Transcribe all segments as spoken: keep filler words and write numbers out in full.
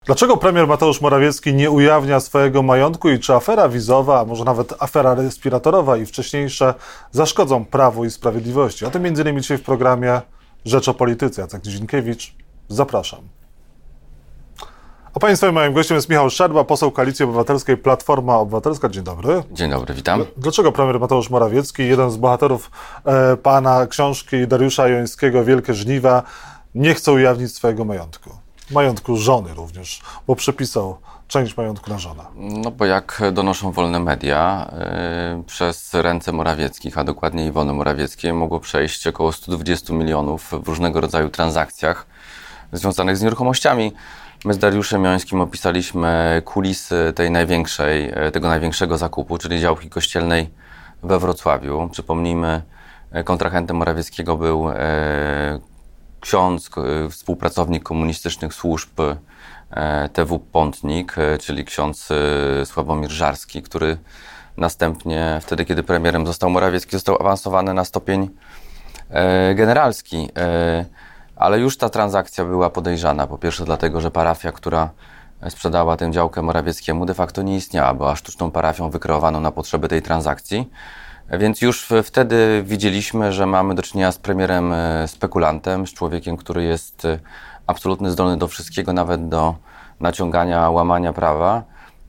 Dlaczego premier Mateusz Morawiecki nie ujawnia swojego majątku i czy afera wizowa, a może nawet afera respiratorowa i wcześniejsze zaszkodzą Prawu i Sprawiedliwości? O tym między innymi dzisiaj w programie Rzecz o Polityce. Jacek Dzienkiewicz, zapraszam. A Państwa moim gościem jest Michał Szczerba, poseł Koalicji Obywatelskiej, Platforma Obywatelska. Dzień dobry. Dzień dobry, witam. Dlaczego premier Mateusz Morawiecki, jeden z bohaterów e, pana książki Dariusza Jońskiego Wielkie Żniwa, nie chce ujawnić swojego majątku? Majątku żony również, bo przepisał część majątku na żonę. No bo jak donoszą wolne media, yy, przez ręce Morawieckich, a dokładnie Iwony Morawieckiej, mogło przejść około sto dwadzieścia milionów w różnego rodzaju transakcjach związanych z nieruchomościami. My z Dariuszem Jońskim opisaliśmy kulisy tej największej, tego największego zakupu, czyli działki kościelnej we Wrocławiu. Przypomnijmy, kontrahentem Morawieckiego był e, ksiądz, e, współpracownik komunistycznych służb e, T W Pątnik, e, czyli ksiądz e, Sławomir Żarski, który następnie, wtedy kiedy premierem został Morawiecki, został awansowany na stopień e, generalski. E, Ale już ta transakcja była podejrzana. Po pierwsze dlatego, że parafia, która sprzedała tę działkę Morawieckiemu, de facto nie istniała. Była sztuczną parafią wykreowaną na potrzeby tej transakcji. Więc już wtedy widzieliśmy, że mamy do czynienia z premierem spekulantem, z człowiekiem, który jest absolutnie zdolny do wszystkiego, nawet do naciągania, łamania prawa,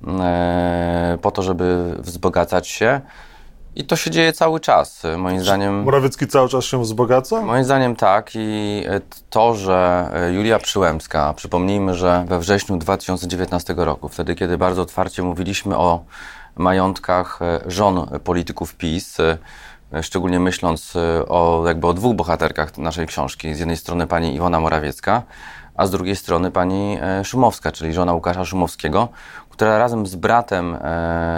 po to, żeby wzbogacać się. I to się dzieje cały czas, moim zdaniem. Morawiecki cały czas się wzbogaca? Moim zdaniem tak i to, że Julia Przyłębska, przypomnijmy, że we wrześniu dwa tysiące dziewiętnastego roku, wtedy kiedy bardzo otwarcie mówiliśmy o majątkach żon polityków PiS, szczególnie myśląc o, jakby o dwóch bohaterkach naszej książki, z jednej strony pani Iwona Morawiecka, a z drugiej strony pani Szumowska, czyli żona Łukasza Szumowskiego, która razem z bratem e,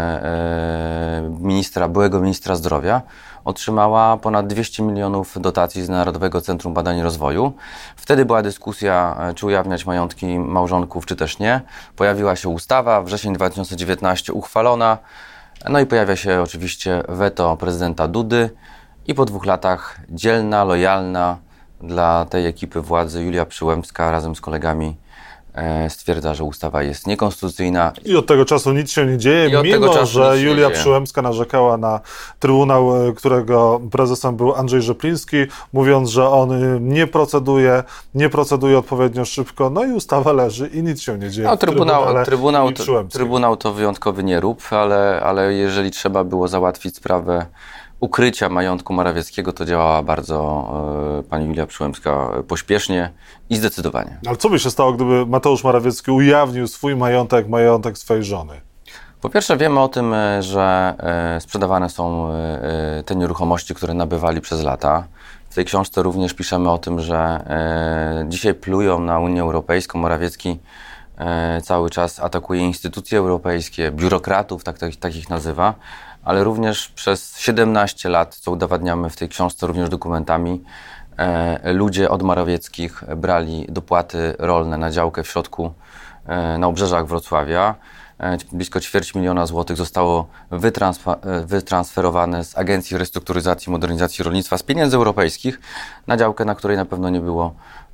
e, ministra, byłego ministra zdrowia otrzymała ponad dwieście milionów dotacji z Narodowego Centrum Badań i Rozwoju. Wtedy była dyskusja, czy ujawniać majątki małżonków, czy też nie. Pojawiła się ustawa, wrzesień dwa tysiące dziewiętnasty uchwalona, no i pojawia się oczywiście weto prezydenta Dudy i po dwóch latach dzielna, lojalna dla tej ekipy władzy Julia Przyłębska razem z kolegami stwierdza, że ustawa jest niekonstytucyjna. I od tego czasu nic się nie dzieje, mimo że Julia Przyłębska narzekała na Trybunał, którego prezesem był Andrzej Rzepliński, mówiąc, że on nie proceduje, nie proceduje odpowiednio szybko, no i ustawa leży i nic się nie dzieje. No, trybunał, trybunał, to, trybunał to wyjątkowy nierób, ale, ale jeżeli trzeba było załatwić sprawę ukrycia majątku Morawieckiego, to działała bardzo e, pani Julia Przyłębska pośpiesznie i zdecydowanie. Ale co by się stało, gdyby Mateusz Morawiecki ujawnił swój majątek, majątek swojej żony? Po pierwsze wiemy o tym, że e, sprzedawane są e, te nieruchomości, które nabywali przez lata. W tej książce również piszemy o tym, że e, dzisiaj plują na Unię Europejską. Morawiecki e, cały czas atakuje instytucje europejskie, biurokratów, tak, tak, tak ich nazywa. Ale również przez siedemnaście lat, co udowadniamy w tej książce również dokumentami, e, ludzie od Morawieckich brali dopłaty rolne na działkę w środku, e, na obrzeżach Wrocławia. E, blisko ćwierć miliona złotych zostało wytransfa- wytransferowane z Agencji Restrukturyzacji i Modernizacji Rolnictwa z pieniędzy europejskich na działkę, na której na pewno nie było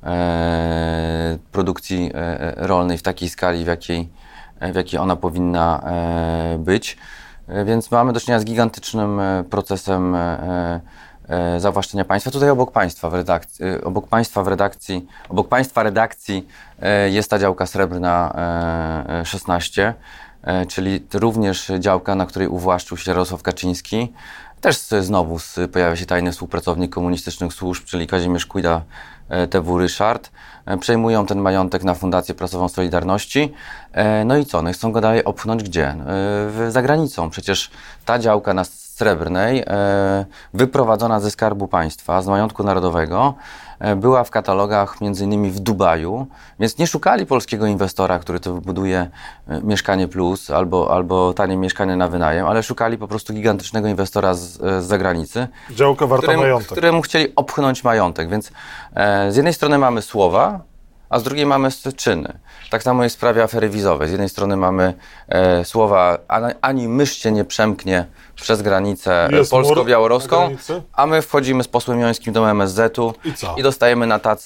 e, produkcji e, rolnej w takiej skali, w jakiej, w jakiej ona powinna e, być. Więc mamy do czynienia z gigantycznym procesem zawłaszczenia państwa. Tutaj obok państwa w redakcji, obok państwa w redakcji, obok państwa redakcji jest ta działka Srebrna szesnaście, czyli również działka, na której uwłaszczył się Jarosław Kaczyński. Też znowu pojawia się tajny współpracownik komunistycznych służb, czyli Kazimierz Kujda, T W Ryszard. Przejmują ten majątek na Fundację Prasową Solidarności. No i co? No i chcą go dalej opchnąć gdzie? Za granicą. Przecież ta działka na Srebrnej, wyprowadzona ze Skarbu Państwa, z majątku narodowego, była w katalogach między innymi w Dubaju, więc nie szukali polskiego inwestora, który to wybuduje Mieszkanie Plus albo, albo tanie mieszkanie na wynajem, ale szukali po prostu gigantycznego inwestora z, z zagranicy, działka warta któremu, majątek. któremu chcieli opchnąć majątek. Więc e, z jednej strony mamy słowa, a z drugiej mamy czyny. Tak samo jest w sprawie afery wizowej. Z jednej strony mamy e, słowa, ani mysz się nie przemknie przez granicę jest polsko-białoruską, a my wchodzimy z posłem Jońskim do M S Z-u i, i dostajemy na tacy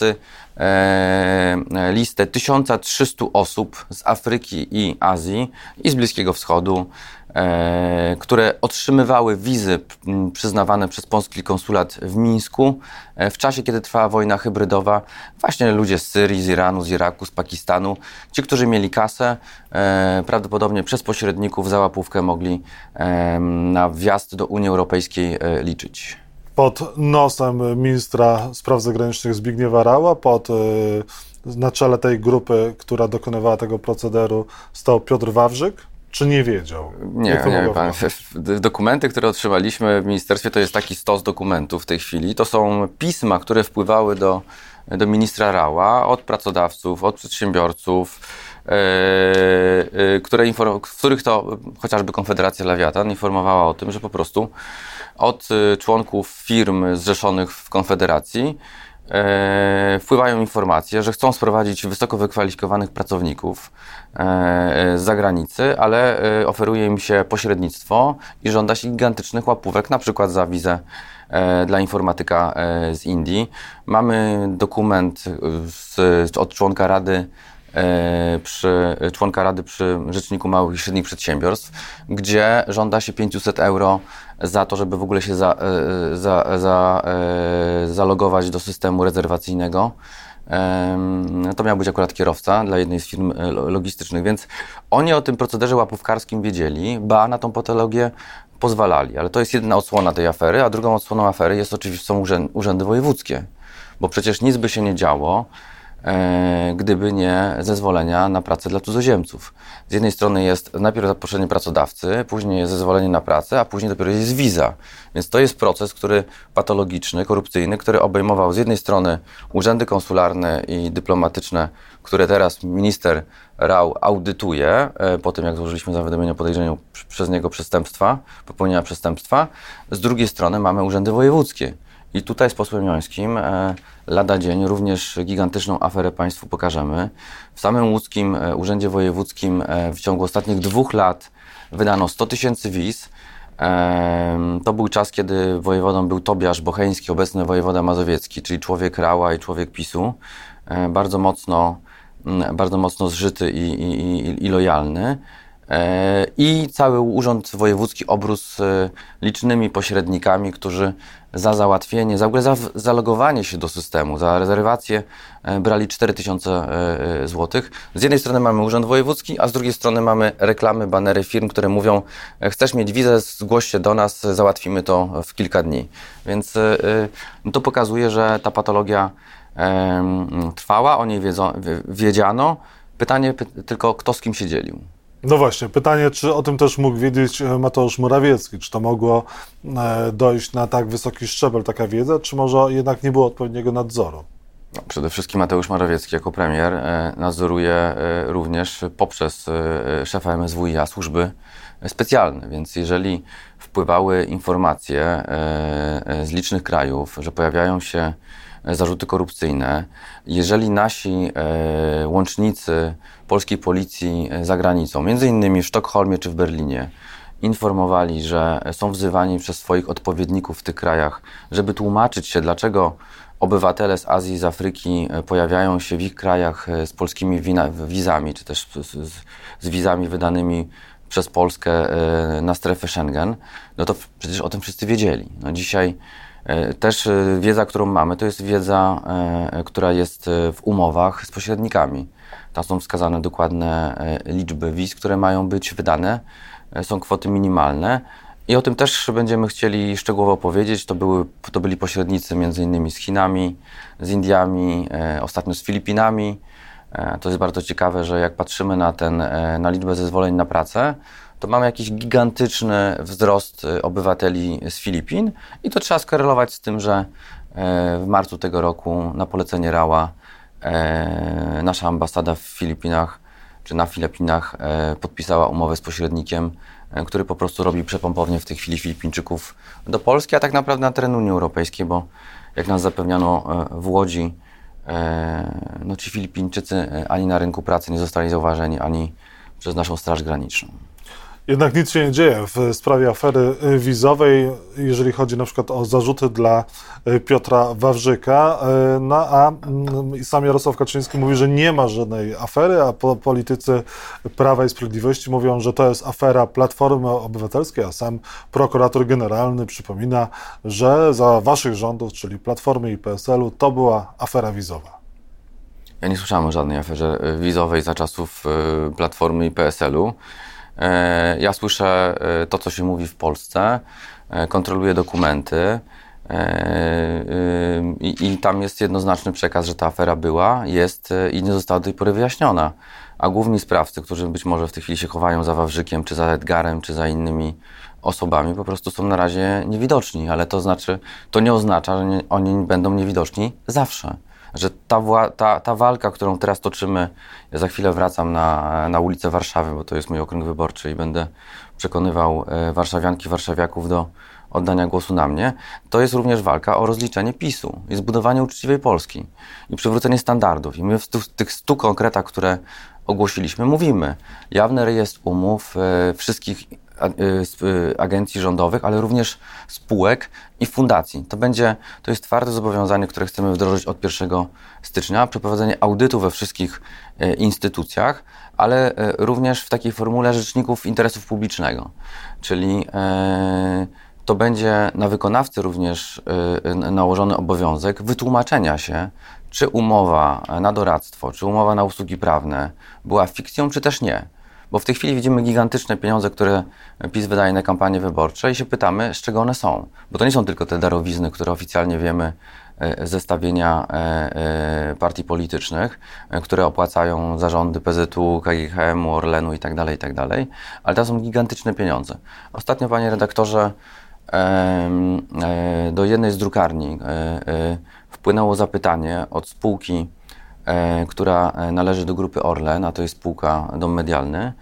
e, listę tysiąc trzysta osób z Afryki i Azji i z Bliskiego Wschodu, e, które otrzymywały wizy m, przyznawane przez polski konsulat w Mińsku e, w czasie, kiedy trwała wojna hybrydowa. Właśnie ludzie z Syrii, z Iranu, z Iraku, z Pakistanu. Ci, którzy mieli kasę, e, prawdopodobnie przez pośredników za łapówkę mogli e, na wjazd do Unii Europejskiej e, liczyć. Pod nosem ministra spraw zagranicznych Zbigniewa Raua, pod, y, na czele tej grupy, która dokonywała tego procederu, stał Piotr Wawrzyk, czy nie wiedział? Nie, nie wie pan. Dokumenty, które otrzymaliśmy w ministerstwie, to jest taki stos dokumentów w tej chwili. To są pisma, które wpływały do, do ministra Raua od pracodawców, od przedsiębiorców, Yy, yy, które inform- w których to chociażby Konfederacja Lewiatan informowała o tym, że po prostu od y, członków firm zrzeszonych w Konfederacji yy, wpływają informacje, że chcą sprowadzić wysoko wykwalifikowanych pracowników yy, z zagranicy, ale yy, oferuje im się pośrednictwo i żąda się gigantycznych łapówek, na przykład za wizę yy, dla informatyka yy, z Indii. Mamy dokument z, od członka Rady przy członka Rady przy Rzeczniku Małych i Średnich Przedsiębiorstw, gdzie żąda się pięćset euro za to, żeby w ogóle się za, za, za, zalogować do systemu rezerwacyjnego. To miał być akurat kierowca dla jednej z firm logistycznych, więc oni o tym procederze łapówkarskim wiedzieli, ba na tą patologię pozwalali, ale to jest jedna odsłona tej afery, a drugą odsłoną afery jest oczywiście są urzędy wojewódzkie, bo przecież nic by się nie działo, gdyby nie zezwolenia na pracę dla cudzoziemców. Z jednej strony jest najpierw zaproszenie pracodawcy, później jest zezwolenie na pracę, a później dopiero jest wiza. Więc to jest proces, który patologiczny, korupcyjny, który obejmował z jednej strony urzędy konsularne i dyplomatyczne, które teraz minister Rau audytuje, po tym jak złożyliśmy zawiadomienie o podejrzeniu przez niego przestępstwa, popełnienia przestępstwa. Z drugiej strony mamy urzędy wojewódzkie. I tutaj z posłem Jońskim e, lada dzień również gigantyczną aferę Państwu pokażemy. W samym łódzkim e, Urzędzie Wojewódzkim e, w ciągu ostatnich dwóch lat wydano sto tysięcy wiz. E, to był czas, kiedy wojewodą był Tobiasz Bocheński, obecny wojewoda mazowiecki, czyli człowiek Raua i człowiek PiSu. E, bardzo mocno, m, bardzo mocno zżyty i, i, i, i lojalny. I cały Urząd Wojewódzki obrósł licznymi pośrednikami, którzy za załatwienie, za w ogóle za zalogowanie się do systemu, za rezerwację brali cztery tysiące złotych. Z jednej strony mamy Urząd Wojewódzki, a z drugiej strony mamy reklamy, banery firm, które mówią: chcesz mieć wizę, zgłoś się do nas, załatwimy to w kilka dni. Więc to pokazuje, że ta patologia trwała, o niej wiedzą, wiedziano. Pytanie py- tylko, kto z kim się dzielił. No właśnie, pytanie, czy o tym też mógł wiedzieć Mateusz Morawiecki? Czy to mogło dojść na tak wysoki szczebel, taka wiedza, czy może jednak nie było odpowiedniego nadzoru? No, przede wszystkim Mateusz Morawiecki jako premier e, nadzoruje e, również poprzez e, szefa M S W i A służby specjalne, więc jeżeli wpływały informacje e, e, z licznych krajów, że pojawiają się zarzuty korupcyjne, jeżeli nasi e, łącznicy polskiej policji za granicą, między innymi w Sztokholmie czy w Berlinie, informowali, że są wzywani przez swoich odpowiedników w tych krajach, żeby tłumaczyć się, dlaczego obywatele z Azji, z Afryki pojawiają się w ich krajach z polskimi wina, wizami, czy też z, z, z wizami wydanymi przez Polskę na strefę Schengen, no to przecież o tym wszyscy wiedzieli. No dzisiaj też wiedza, którą mamy, to jest wiedza, która jest w umowach z pośrednikami. Tam są wskazane dokładne liczby wiz, które mają być wydane. Są kwoty minimalne i o tym też będziemy chcieli szczegółowo powiedzieć. To, były, to byli pośrednicy między innymi z Chinami, z Indiami, ostatnio z Filipinami. To jest bardzo ciekawe, że jak patrzymy na, ten, na liczbę zezwoleń na pracę, to mamy jakiś gigantyczny wzrost obywateli z Filipin i to trzeba skorelować z tym, że w marcu tego roku na polecenie Raua nasza ambasada w Filipinach, czy na Filipinach podpisała umowę z pośrednikiem, który po prostu robi przepompownię w tej chwili Filipińczyków do Polski, a tak naprawdę na teren Unii Europejskiej, bo jak nas zapewniano w Łodzi, no ci Filipińczycy ani na rynku pracy nie zostali zauważeni, ani przez naszą Straż Graniczną. Jednak nic się nie dzieje w sprawie afery wizowej, jeżeli chodzi na przykład o zarzuty dla Piotra Wawrzyka, no a sam Jarosław Kaczyński mówi, że nie ma żadnej afery, a politycy Prawa i Sprawiedliwości mówią, że to jest afera Platformy Obywatelskiej, a sam prokurator generalny przypomina, że za waszych rządów, czyli Platformy i P S L u, to była afera wizowa. Ja nie słyszałem o żadnej aferze wizowej za czasów Platformy i P S L u. Ja słyszę to, co się mówi w Polsce, kontroluję dokumenty i, i tam jest jednoznaczny przekaz, że ta afera była, jest i nie została do tej pory wyjaśniona. A główni sprawcy, którzy być może w tej chwili się chowają za Wawrzykiem, czy za Edgarem, czy za innymi osobami, po prostu są na razie niewidoczni, ale to znaczy, to nie oznacza, że nie, oni będą niewidoczni zawsze. Że ta, wła- ta, ta walka, którą teraz toczymy, ja za chwilę wracam na, na ulicę Warszawy, bo to jest mój okręg wyborczy i będę przekonywał e, warszawianki, warszawiaków do oddania głosu na mnie, to jest również walka o rozliczenie PiSu i zbudowanie uczciwej Polski i przywrócenie standardów. I my w, stu, w tych stu konkretach, które ogłosiliśmy, mówimy. Jawny rejestr umów e, wszystkich agencji rządowych, ale również spółek i fundacji. To będzie, to jest twarde zobowiązanie, które chcemy wdrożyć od pierwszego stycznia, przeprowadzenie audytu we wszystkich e, instytucjach, ale e, również w takiej formule rzeczników interesów publicznego. Czyli e, to będzie na wykonawcy również e, nałożony obowiązek wytłumaczenia się, czy umowa na doradztwo, czy umowa na usługi prawne była fikcją, czy też nie. Bo w tej chwili widzimy gigantyczne pieniądze, które PiS wydaje na kampanie wyborcze i się pytamy, z czego one są. Bo to nie są tylko te darowizny, które oficjalnie wiemy z zestawienia partii politycznych, które opłacają zarządy P Z U, K G H M u, Orlenu itd., itd., ale to są gigantyczne pieniądze. Ostatnio, panie redaktorze, do jednej z drukarni wpłynęło zapytanie od spółki, E, która należy do grupy Orlen, a to jest spółka Dom Medialny,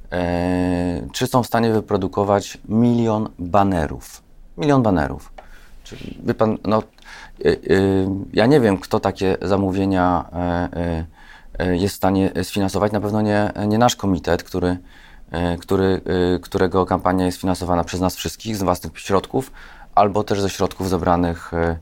e, czy są w stanie wyprodukować milion banerów. Milion banerów. Czyli, wie pan, no, e, e, ja nie wiem, kto takie zamówienia e, e, jest w stanie sfinansować. Na pewno nie, nie nasz komitet, który, e, który, e, którego kampania jest finansowana przez nas wszystkich z własnych środków, albo też ze środków zebranych e,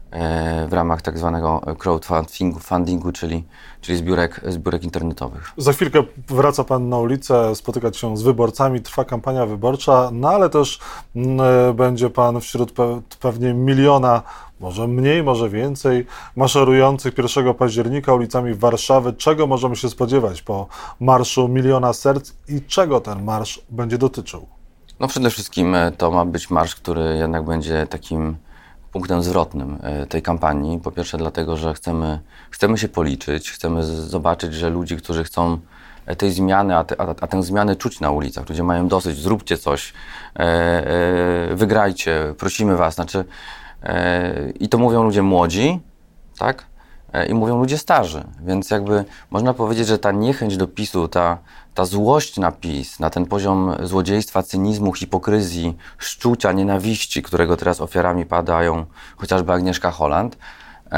w ramach tak zwanego crowdfundingu, czyli, czyli zbiórek, zbiórek internetowych. Za chwilkę wraca pan na ulicę, spotykać się z wyborcami, trwa kampania wyborcza, no ale też m, będzie pan wśród pe- pewnie miliona, może mniej, może więcej, maszerujących pierwszego października ulicami Warszawy. Czego możemy się spodziewać po Marszu Miliona Serc i czego ten marsz będzie dotyczył? No przede wszystkim to ma być marsz, który jednak będzie takim punktem zwrotnym tej kampanii. Po pierwsze dlatego, że chcemy, chcemy się policzyć, chcemy zobaczyć, że ludzi, którzy chcą tej zmiany, a, te, a, a tę zmianę czuć na ulicach, ludzie mają dosyć, zróbcie coś, e, e, wygrajcie, prosimy was, znaczy e, i to mówią ludzie młodzi, tak? E, i mówią ludzie starzy, więc jakby można powiedzieć, że ta niechęć do PiSu, ta, ta złość na PiS, na ten poziom złodziejstwa, cynizmu, hipokryzji, szczucia, nienawiści, którego teraz ofiarami padają chociażby Agnieszka Holland, e,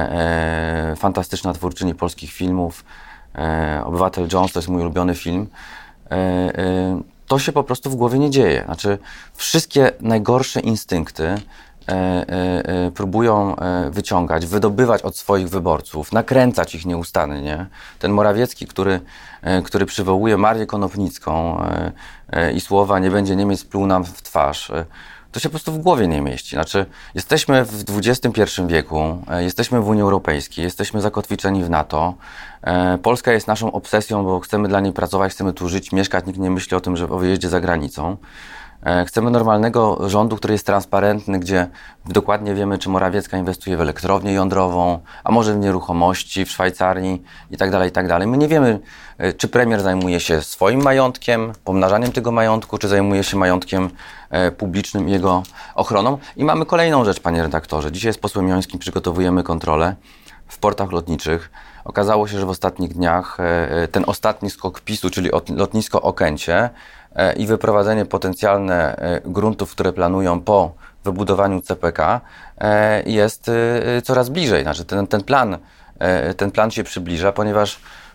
e, fantastyczna twórczyni polskich filmów, e, Obywatel Jones, to jest mój ulubiony film, e, e, to się po prostu w głowie nie dzieje. Znaczy wszystkie najgorsze instynkty E, e, próbują e, wyciągać, wydobywać od swoich wyborców, nakręcać ich nieustannie. Ten Morawiecki, który, e, który przywołuje Marię Konopnicką e, e, i słowa nie będzie Niemiec pluł nam w twarz, e, to się po prostu w głowie nie mieści. Znaczy, jesteśmy w dwudziestym pierwszym wieku, e, jesteśmy w Unii Europejskiej, jesteśmy zakotwiczeni w NATO. E, Polska jest naszą obsesją, bo chcemy dla niej pracować, chcemy tu żyć, mieszkać, nikt nie myśli o tym, że o wyjeździe za granicą. Chcemy normalnego rządu, który jest transparentny, gdzie dokładnie wiemy, czy Morawiecka inwestuje w elektrownię jądrową, a może w nieruchomości w Szwajcarii i tak dalej, i tak dalej. My nie wiemy, czy premier zajmuje się swoim majątkiem, pomnażaniem tego majątku, czy zajmuje się majątkiem publicznym i jego ochroną. I mamy kolejną rzecz, panie redaktorze. Dzisiaj z posłem Jońskim przygotowujemy kontrolę w portach lotniczych. Okazało się, że w ostatnich dniach ten ostatni skok PiSu, czyli lotnisko Okęcie, i wyprowadzenie potencjalne gruntów, które planują po wybudowaniu C P K, jest coraz bliżej. Znaczy ten, ten plan, ten plan się przybliża, ponieważ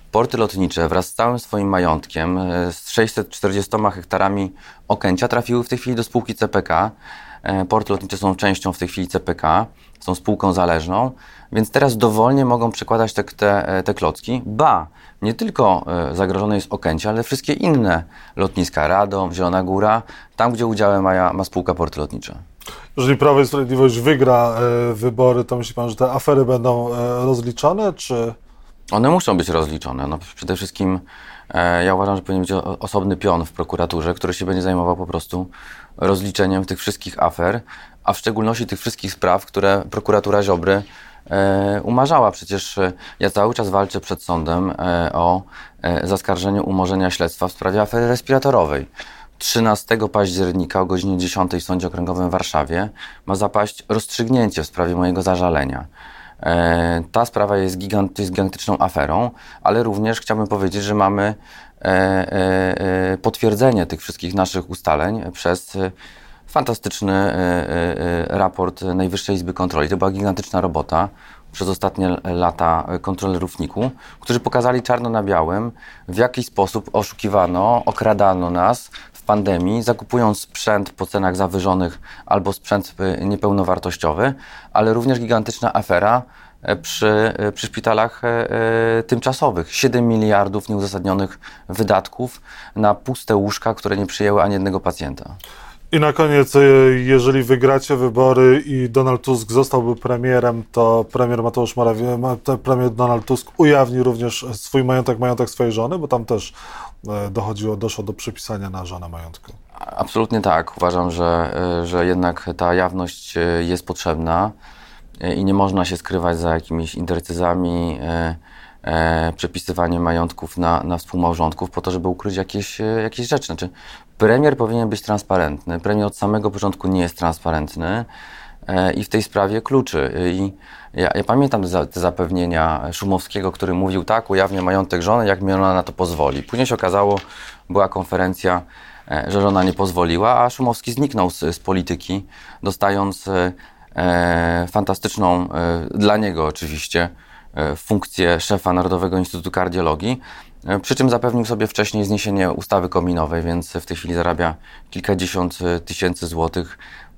Porty lotnicze wraz z całym swoim majątkiem, z sześćset czterdziestoma hektarami Okęcia, trafiły w tej chwili do spółki C P K. Porty lotnicze są częścią w tej chwili C P K, są spółką zależną, więc teraz dowolnie mogą przekładać te, te, te klocki. Ba, nie tylko zagrożone jest Okęcie, ale wszystkie inne lotniska, Radom, Zielona Góra, tam gdzie udziały ma, ma spółka Porty Lotnicze. Jeżeli Prawo i Sprawiedliwość wygra e, wybory, to myśli pan, że te afery będą e, rozliczone, czy... One muszą być rozliczone. No, przede wszystkim e, ja uważam, że powinien być o, osobny pion w prokuraturze, który się będzie zajmował po prostu rozliczeniem tych wszystkich afer, a w szczególności tych wszystkich spraw, które prokuratura Ziobry e, umarzała. Przecież e, ja cały czas walczę przed sądem e, o e, zaskarżenie umorzenia śledztwa w sprawie afery respiratorowej. trzynastego października o godzinie dziesiątej w Sądzie Okręgowym w Warszawie ma zapaść rozstrzygnięcie w sprawie mojego zażalenia. E, ta sprawa jest, gigant, jest gigantyczną aferą, ale również chciałbym powiedzieć, że mamy e, e, potwierdzenie tych wszystkich naszych ustaleń przez e, fantastyczny e, e, raport Najwyższej Izby Kontroli. To była gigantyczna robota przez ostatnie lata kontrolerów N I K-u, którzy pokazali czarno na białym, w jaki sposób oszukiwano, okradano nas w pandemii, zakupując sprzęt po cenach zawyżonych albo sprzęt niepełnowartościowy, ale również gigantyczna afera przy, przy szpitalach e, tymczasowych. siedem miliardów nieuzasadnionych wydatków na puste łóżka, które nie przyjęły ani jednego pacjenta. I na koniec, jeżeli wygracie wybory i Donald Tusk zostałby premierem, to premier Mateusz Morawiecki, premier Donald Tusk ujawni również swój majątek, majątek swojej żony, bo tam też dochodziło, doszło do przypisania na żonę majątku. Absolutnie tak. Uważam, że, że jednak ta jawność jest potrzebna i nie można się skrywać za jakimiś intercyzami, e, przepisywaniem majątków na, na współmałżonków po to, żeby ukryć jakieś, jakieś rzeczy. Znaczy, premier powinien być transparentny. Premier od samego początku nie jest transparentny e, i w tej sprawie kluczy. I ja, ja pamiętam za, te zapewnienia Szumowskiego, który mówił tak, ujawnię majątek żony, jak mi ona na to pozwoli. Później się okazało, była konferencja, e, że żona nie pozwoliła, a Szumowski zniknął z, z polityki, dostając e, fantastyczną, e, dla niego oczywiście, e, funkcję szefa Narodowego Instytutu Kardiologii. Przy czym zapewnił sobie wcześniej zniesienie ustawy kominowej, więc w tej chwili zarabia kilkadziesiąt tysięcy złotych.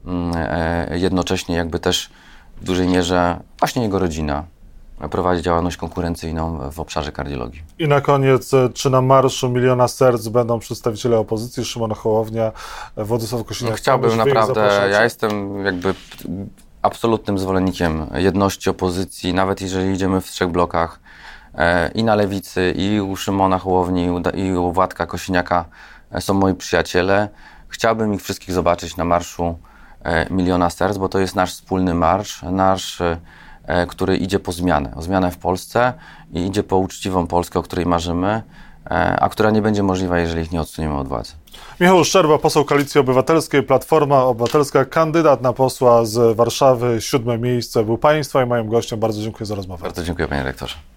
Jednocześnie jakby też w dużej mierze właśnie jego rodzina prowadzi działalność konkurencyjną w obszarze kardiologii. I na koniec, czy na Marszu Miliona Serc będą przedstawiciele opozycji, Szymon Hołownia, Władysław Kosiniak? No chciałbym naprawdę, ja jestem jakby absolutnym zwolennikiem jedności opozycji, nawet jeżeli idziemy w trzech blokach, i na lewicy, i u Szymona Hołowni, i u Władka Kosiniaka są moi przyjaciele. Chciałbym ich wszystkich zobaczyć na Marszu Miliona Serc, bo to jest nasz wspólny marsz, marsz, który idzie po zmianę, o zmianę w Polsce i idzie po uczciwą Polskę, o której marzymy, a która nie będzie możliwa, jeżeli ich nie odsuniemy od władzy. Michał Szczerba, poseł Koalicji Obywatelskiej, Platforma Obywatelska, kandydat na posła z Warszawy, siódme miejsce był państwa i moim gościem. Bardzo dziękuję za rozmowę. Bardzo dziękuję, panie rektorze.